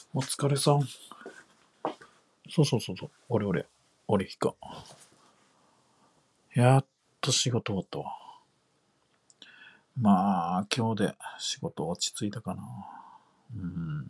お疲れさん。そう。俺ひか。やっと仕事終わったわ。まあ、今日で仕事落ち着いたかな。うん。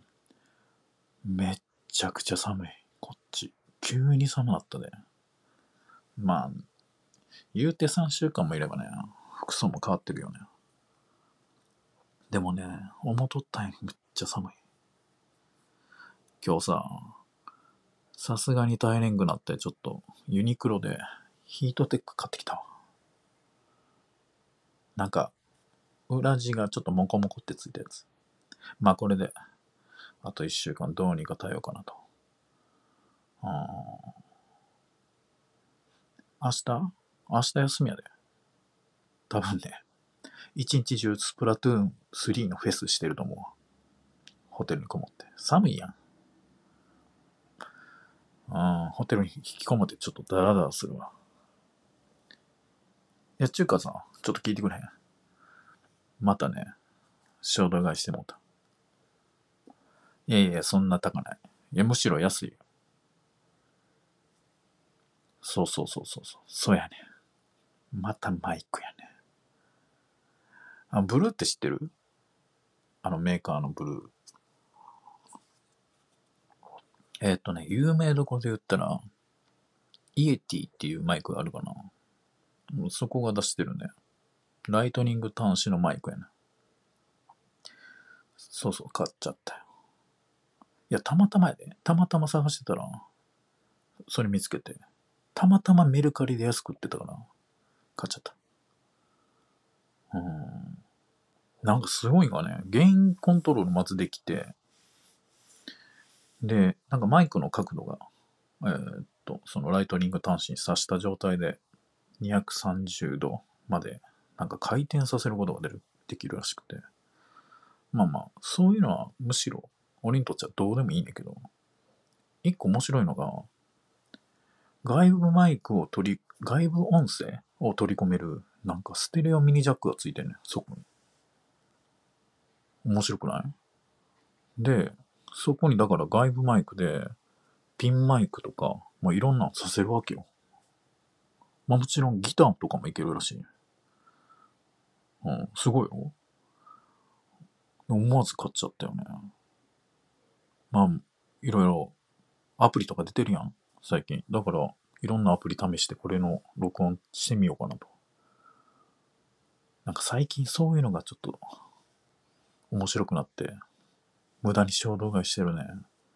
めっちゃくちゃ寒い。こっち。急に寒なったで。まあ、言うて3週間もいればね、服装も変わってるよね。でもね、思っとったんやめっちゃ寒い。今日さすがに耐えれんくなって、ちょっとユニクロでヒートテック買ってきたわ。なんか、裏地がちょっとモコモコってついたやつ。まあこれで、あと1週間どうにか耐えようかなと。明日休みやで。多分ね、一日中スプラトゥーン3のフェスしてると思うわ。ホテルにこもって。寒いやん。ホテルに引きこもってちょっとダラダラするわ。いや、ちゅうかさ、ちょっと聞いてくれへん。またね、衝動買いしてもうた。いや、そんな高ない。いや、むしろ安いよ。そう。そうやね。またマイクやね。ブルーって知ってる？メーカーのブルー。有名どこで言ったら、イエティっていうマイクがあるかな。そこが出してるね。ライトニング端子のマイクやな。そう、買っちゃったよ。いや、たまたまやで。たまたま探してたら、それ見つけて。たまたまメルカリで安く売ってたから、買っちゃった。なんかすごいがね、ゲインコントロールまずできて、で、なんかマイクの角度が、そのライトニング端子に挿した状態で230度までなんか回転させることができるらしくて。まあ、そういうのはむしろ俺にとっちゃどうでもいいんだけど、一個面白いのが、外部音声を取り込める、なんかステレオミニジャックがついてるね、そこに。面白くない？で、そこにだから外部マイクで、ピンマイクとか、いろんなのさせるわけよ。もちろんギターとかもいけるらしい。すごいよ。思わず買っちゃったよね。いろいろアプリとか出てるやん、最近。だから、いろんなアプリ試してこれの録音してみようかなと。なんか最近そういうのがちょっと面白くなって、無駄に衝動買いしてるね。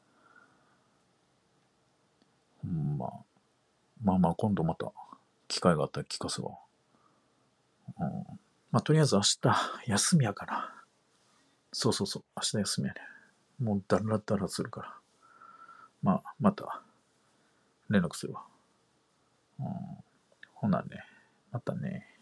今度また機会があったら聞かすわ。とりあえず明日休みやから。そう。明日休みやね。もうダラダラするから。また連絡するわ。ほなね。またね。